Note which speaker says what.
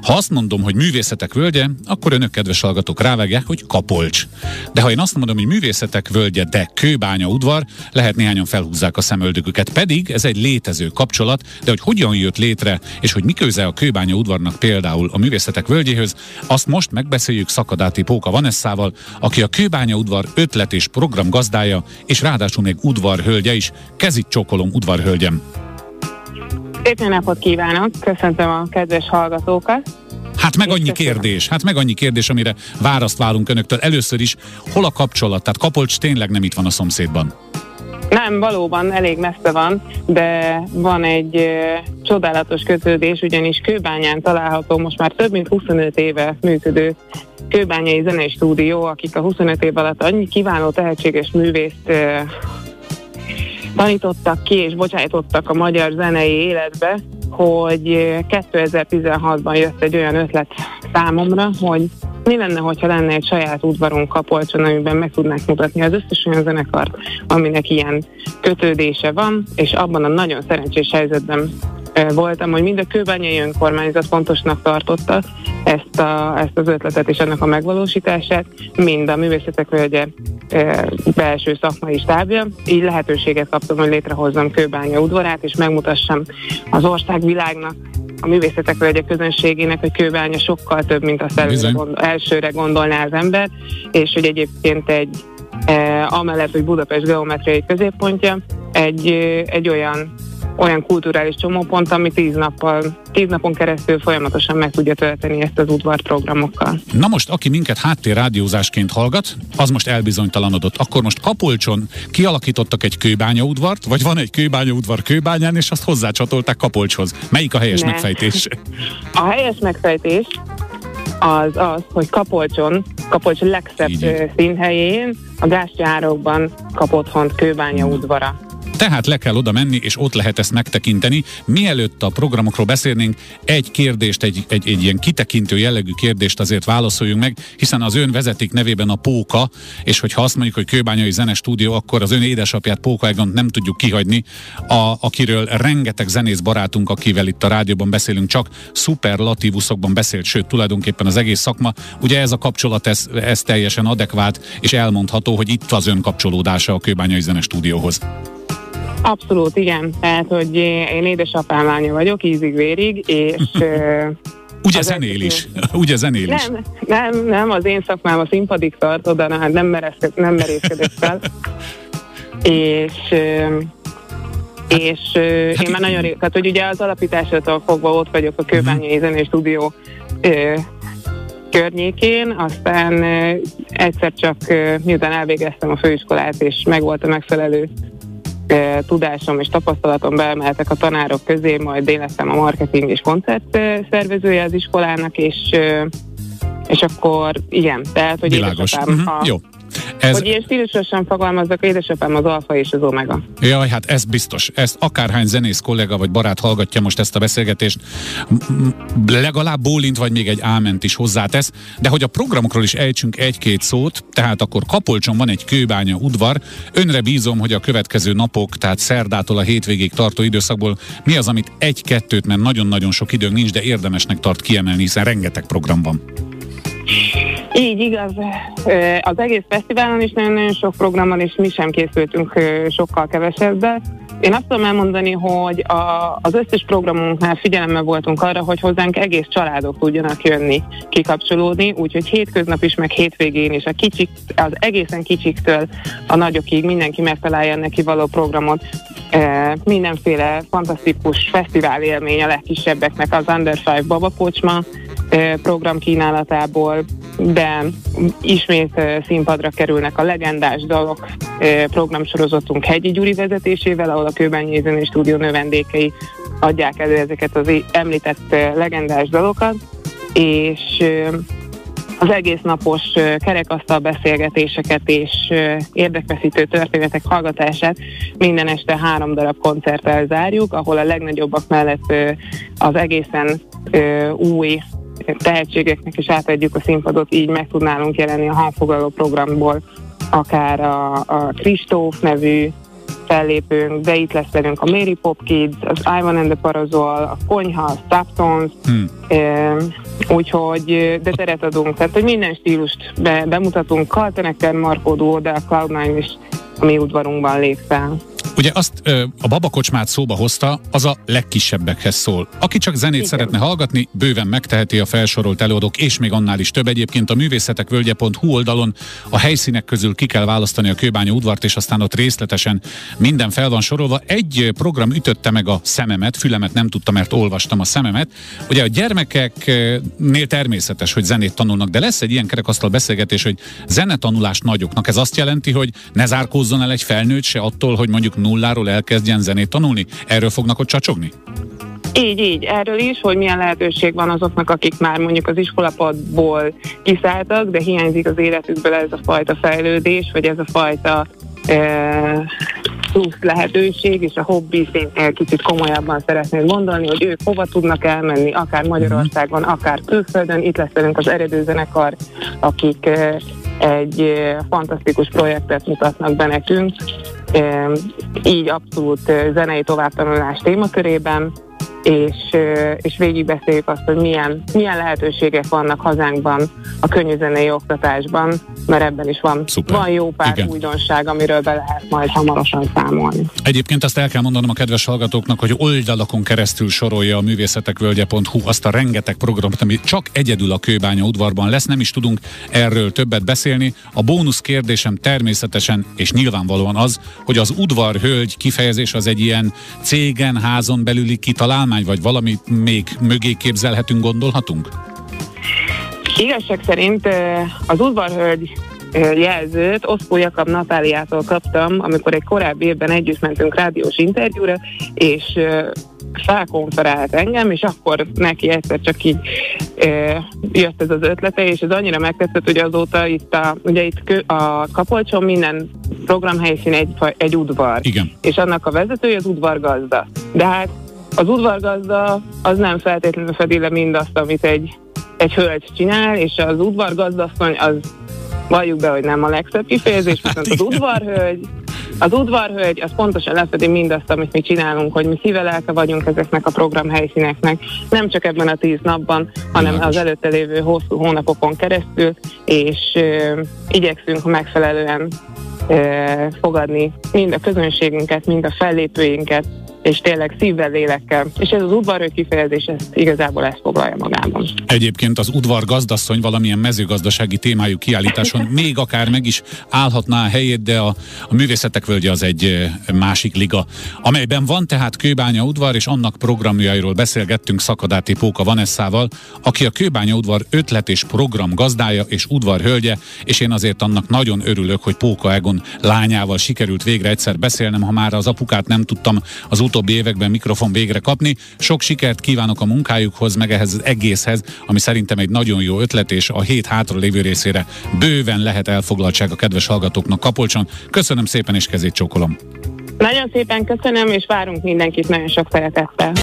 Speaker 1: Ha azt mondom, hogy Művészetek Völgye, akkor önök, kedves hallgatók, rávágják, hogy Kapolcs. De ha én azt mondom, hogy Művészetek Völgye, de Kőbánya udvar, lehet néhányan felhúzzák a szemöldöküket. Pedig ez egy létező kapcsolat, de hogy hogyan jött létre, és hogy mi köze a Kőbánya udvarnak például a Művészetek Völgyéhöz, azt most megbeszéljük Szakadáti Póka Vanesszával, aki a Kőbánya udvar ötlet és program gazdája, és ráadásul még udvarhölgye is. Kezit csókolom, udvarhölgyem!
Speaker 2: Szép napot kívánok! Köszöntöm a kedves hallgatókat!
Speaker 1: Hát meg annyi kérdés, amire választ várunk önöktől. Először is, hol a kapcsolat? Tehát Kapolcs tényleg nem itt van a szomszédban?
Speaker 2: Nem, valóban elég messze van, de van egy csodálatos kötődés, ugyanis Kőbányán található most már több mint 25 éve működő Kőbányai Zenei Stúdió, akik a 25 év alatt annyi kiváló tehetséges művészt tanítottak ki és bocsájtottak a magyar zenei életbe, hogy 2016-ban jött egy olyan ötlet számomra, hogy mi lenne, hogyha lenne egy saját udvarunk Kapolcson, amiben meg tudnánk mutatni az összes olyan zenekart, aminek ilyen kötődése van, és abban a nagyon szerencsés helyzetben voltam, hogy mind a kőbányai önkormányzat fontosnak tartotta ezt az ötletet és ennek a megvalósítását, mind a Művészetek Völgye belső szakmai stábja. Így lehetőséget kaptam, hogy létrehozzam Kőbánya udvarát, és megmutassam az országvilágnak, a Művészetek Völgye közönségének, hogy Kőbánya sokkal több, mint azt elsőre gondolná az ember, és hogy egyébként amellett, hogy Budapest geometriai középpontja, egy olyan kulturális csomópont, ami 10 napon keresztül folyamatosan meg tudja tölteni ezt az udvart programokkal.
Speaker 1: Na most, aki minket háttérrádiózásként hallgat, az most elbizonytalanodott. Akkor most Kapolcson kialakítottak egy Kőbánya udvart, vagy van egy Kőbánya udvar Kőbányán, és azt hozzácsatolták Kapolcshoz. Melyik a helyes megfejtés?
Speaker 2: A helyes megfejtés az, hogy Kapolcs legszebb színhelyén, a Gáspár-árokban kap otthont Kőbánya udvara.
Speaker 1: Tehát le kell oda menni, és ott lehet ezt megtekinteni. Mielőtt a programokról beszélnénk, egy kérdést, egy ilyen kitekintő jellegű kérdést azért válaszoljunk meg, hiszen az ön vezeték nevében a Póka, és hogyha azt mondjuk, hogy Kőbányai Zenestúdió, akkor az ön édesapját, Póka Egont nem tudjuk kihagyni, akiről rengeteg zenész barátunk, akivel itt a rádióban beszélünk, csak szuperlatívuszokban beszélt, sőt, tulajdonképpen az egész szakma. Ugye ez a kapcsolat, ez teljesen adekvát, és elmondható, hogy itt az ön kapcsolódása a Kőbányai Zenestúdióhoz.
Speaker 2: Abszolút, igen. Tehát, hogy én édesapám lánya vagyok, ízig-vérig, és...
Speaker 1: Ugye zenél is?
Speaker 2: Nem, az én szakmám a színpadig tart, oda nem merészkedek fel. és én már nagyon tehát, hogy ugye az alapításától fogva ott vagyok a Kőbányai Zenei Stúdió környékén, aztán egyszer csak miután elvégeztem a főiskolát, és megvolt a megfelelő tudásom és tapasztalatom, beemeltek a tanárok közé, majd én lettem a marketing és koncert szervezője az iskolának, és akkor igen, tehát, hogy
Speaker 1: világos.
Speaker 2: Édesapám,
Speaker 1: Jó.
Speaker 2: hogy ilyen stílusosan fogalmazzak, édesapám az alfa és az omega.
Speaker 1: Jaj, hát ez biztos. Ezt akárhány zenész kollega vagy barát hallgatja most ezt a beszélgetést, legalább bólint vagy még egy áment is hozzátesz, de hogy a programokról is ejtsünk egy-két szót, tehát akkor Kapolcson van egy Kőbánya udvar, önre bízom, hogy a következő napok, tehát szerdától a hétvégéig tartó időszakból mi az, amit egy-kettőt, mert nagyon-nagyon sok időnk nincs, de érdemesnek tart kiemelni, hiszen rengeteg program van.
Speaker 2: Így igaz, az egész fesztiválon is nagyon-nagyon sok program van, és mi sem készültünk sokkal kevesebbe. Én azt tudom elmondani, hogy az összes programunknál figyelemmel voltunk arra, hogy hozzánk egész családok tudjanak jönni, kikapcsolódni, úgyhogy hétköznap is, meg hétvégén is, az egészen kicsiktől a nagyokig mindenki megtalálja neki való programot. Mindenféle fantasztikus fesztivál élmény a legkisebbeknek az Under 5 Babakocsma program kínálatából, de ismét színpadra kerülnek a legendás dalok programsorozatunk Hegyi Gyuri vezetésével, ahol a Kőbányai Zenei Stúdió növendékei adják elő ezeket az említett legendás dalokat, és az egész napos kerekasztal beszélgetéseket és érdekfeszítő történetek hallgatását minden este 3 darab koncerttel zárjuk, ahol a legnagyobbak mellett az egészen új tehetségeknek is átadjuk a színpadot, így meg tudnálunk jelenni a hangfoglaló programból, akár a Kristóf nevű fellépünk, de itt lesz velünk a Mary Pop Kids, az Ivan and the Parazol, a Konyha, a Staptons, úgyhogy de teret adunk, tehát hogy minden stílust bemutatunk, Kaltenecker, Markó Duo, de a Cloud9 is a mi udvarunkban lép fel.
Speaker 1: Ugye azt a babakocsmát szóba hozta, az a legkisebbekhez szól. Aki csak zenét szeretne hallgatni, bőven megteheti a felsorolt előadók, és még annál is több. Egyébként a művészetekvölgye.hu oldalon a helyszínek közül ki kell választani a Kőbánya udvart, és aztán ott részletesen minden fel van sorolva. Egy program ütötte meg a szememet, fülemet nem tudtam, mert olvastam a szememet. Ugye a gyermekeknél természetes, hogy zenét tanulnak, de lesz egy ilyen kerekasztal beszélgetés, hogy zenetanulás nagyoknak. Ez azt jelenti, hogy ne zárkózzon el egy felnőtt se attól, hogy mondjuk nulláról elkezdjen zenét tanulni? Erről fognak ott csacsogni?
Speaker 2: Így, erről is, hogy milyen lehetőség van azoknak, akik már mondjuk az iskolapadból kiszálltak, de hiányzik az életükből ez a fajta fejlődés, vagy ez a fajta plusz lehetőség, és a hobbi szintén kicsit komolyabban szeretnék gondolni, hogy ők hova tudnak elmenni, akár Magyarországon, akár külföldön. Itt lesz velünk az Eredő zenekar, akik egy fantasztikus projektet mutatnak be nekünk, így abszolút zenei továbbtanulás témakörében, és végigbeszéljük azt, hogy milyen lehetőségek vannak hazánkban a könnyű zenei oktatásban, mert ebben is van jó pár újdonság, amiről be lehet majd hamarosan számolni.
Speaker 1: Egyébként azt el kell mondanom a kedves hallgatóknak, hogy oldalakon keresztül sorolja a művészetekvölgye.hu azt a rengeteg programot, ami csak egyedül a Kőbánya udvarban lesz, nem is tudunk erről többet beszélni. A bónusz kérdésem természetesen és nyilvánvalóan az, hogy az udvarhölgy kifejezés az egy ilyen cégen, házon belüli kitalálmány, vagy valamit még mögé képzelhetünk, gondolhatunk?
Speaker 2: Igazság szerint az udvarhölgy jelzőt Oszkó Jakab Natáliától kaptam, amikor egy korábbi évben együtt mentünk rádiós interjúra, és felkonferált engem, és akkor neki egyszer csak így jött ez az ötlete, és ez annyira megtetszett, hogy azóta itt a Kapolcson minden programhelyszín egy udvar.
Speaker 1: Igen. És
Speaker 2: annak a vezetője az udvargazda. De hát az udvargazda az nem feltétlenül fedi le mindazt, amit egy hölgy csinál, és az udvargazdasszony az, valljuk be, hogy nem a legszebb kifejezés, viszont az udvarhölgy az pontosan lefedi mindazt, amit mi csinálunk, hogy mi szíve-lelke vagyunk ezeknek a programhelyszíneknek, nem csak ebben a 10 napban, hanem az előtte lévő hosszú hónapokon keresztül, és igyekszünk megfelelően fogadni mind a közönségünket, mind a fellépőinket, és tényleg szívvel, lélekkel. És ez az udvarhölgy kifejezés, igazából ezt foglalja magában.
Speaker 1: Egyébként az udvargazdasszony valamilyen mezőgazdasági témájú kiállításon még akár meg is állhatná a helyét, de a művészetekvölgye az egy másik liga, amelyben van tehát Kőbánya udvar, és annak programjairól beszélgettünk Szakadáti Póka Vanessával, aki a Kőbánya udvar ötlet és program gazdája és udvarhölgye, és én azért annak nagyon örülök, hogy Póka Egon lányával sikerült végre egyszer beszélnem, ha már az apukát nem tudtam az utóbbi években mikrofon végre kapni. Sok sikert kívánok a munkájukhoz, meg ehhez az egészhez, ami szerintem egy nagyon jó ötlet, és a hét hátra lévő részére bőven lehet elfoglaltság a kedves hallgatóknak Kapolcson. Köszönöm szépen, és kezét csókolom.
Speaker 2: Nagyon szépen köszönöm, és várunk mindenkit nagyon sok szeretettel.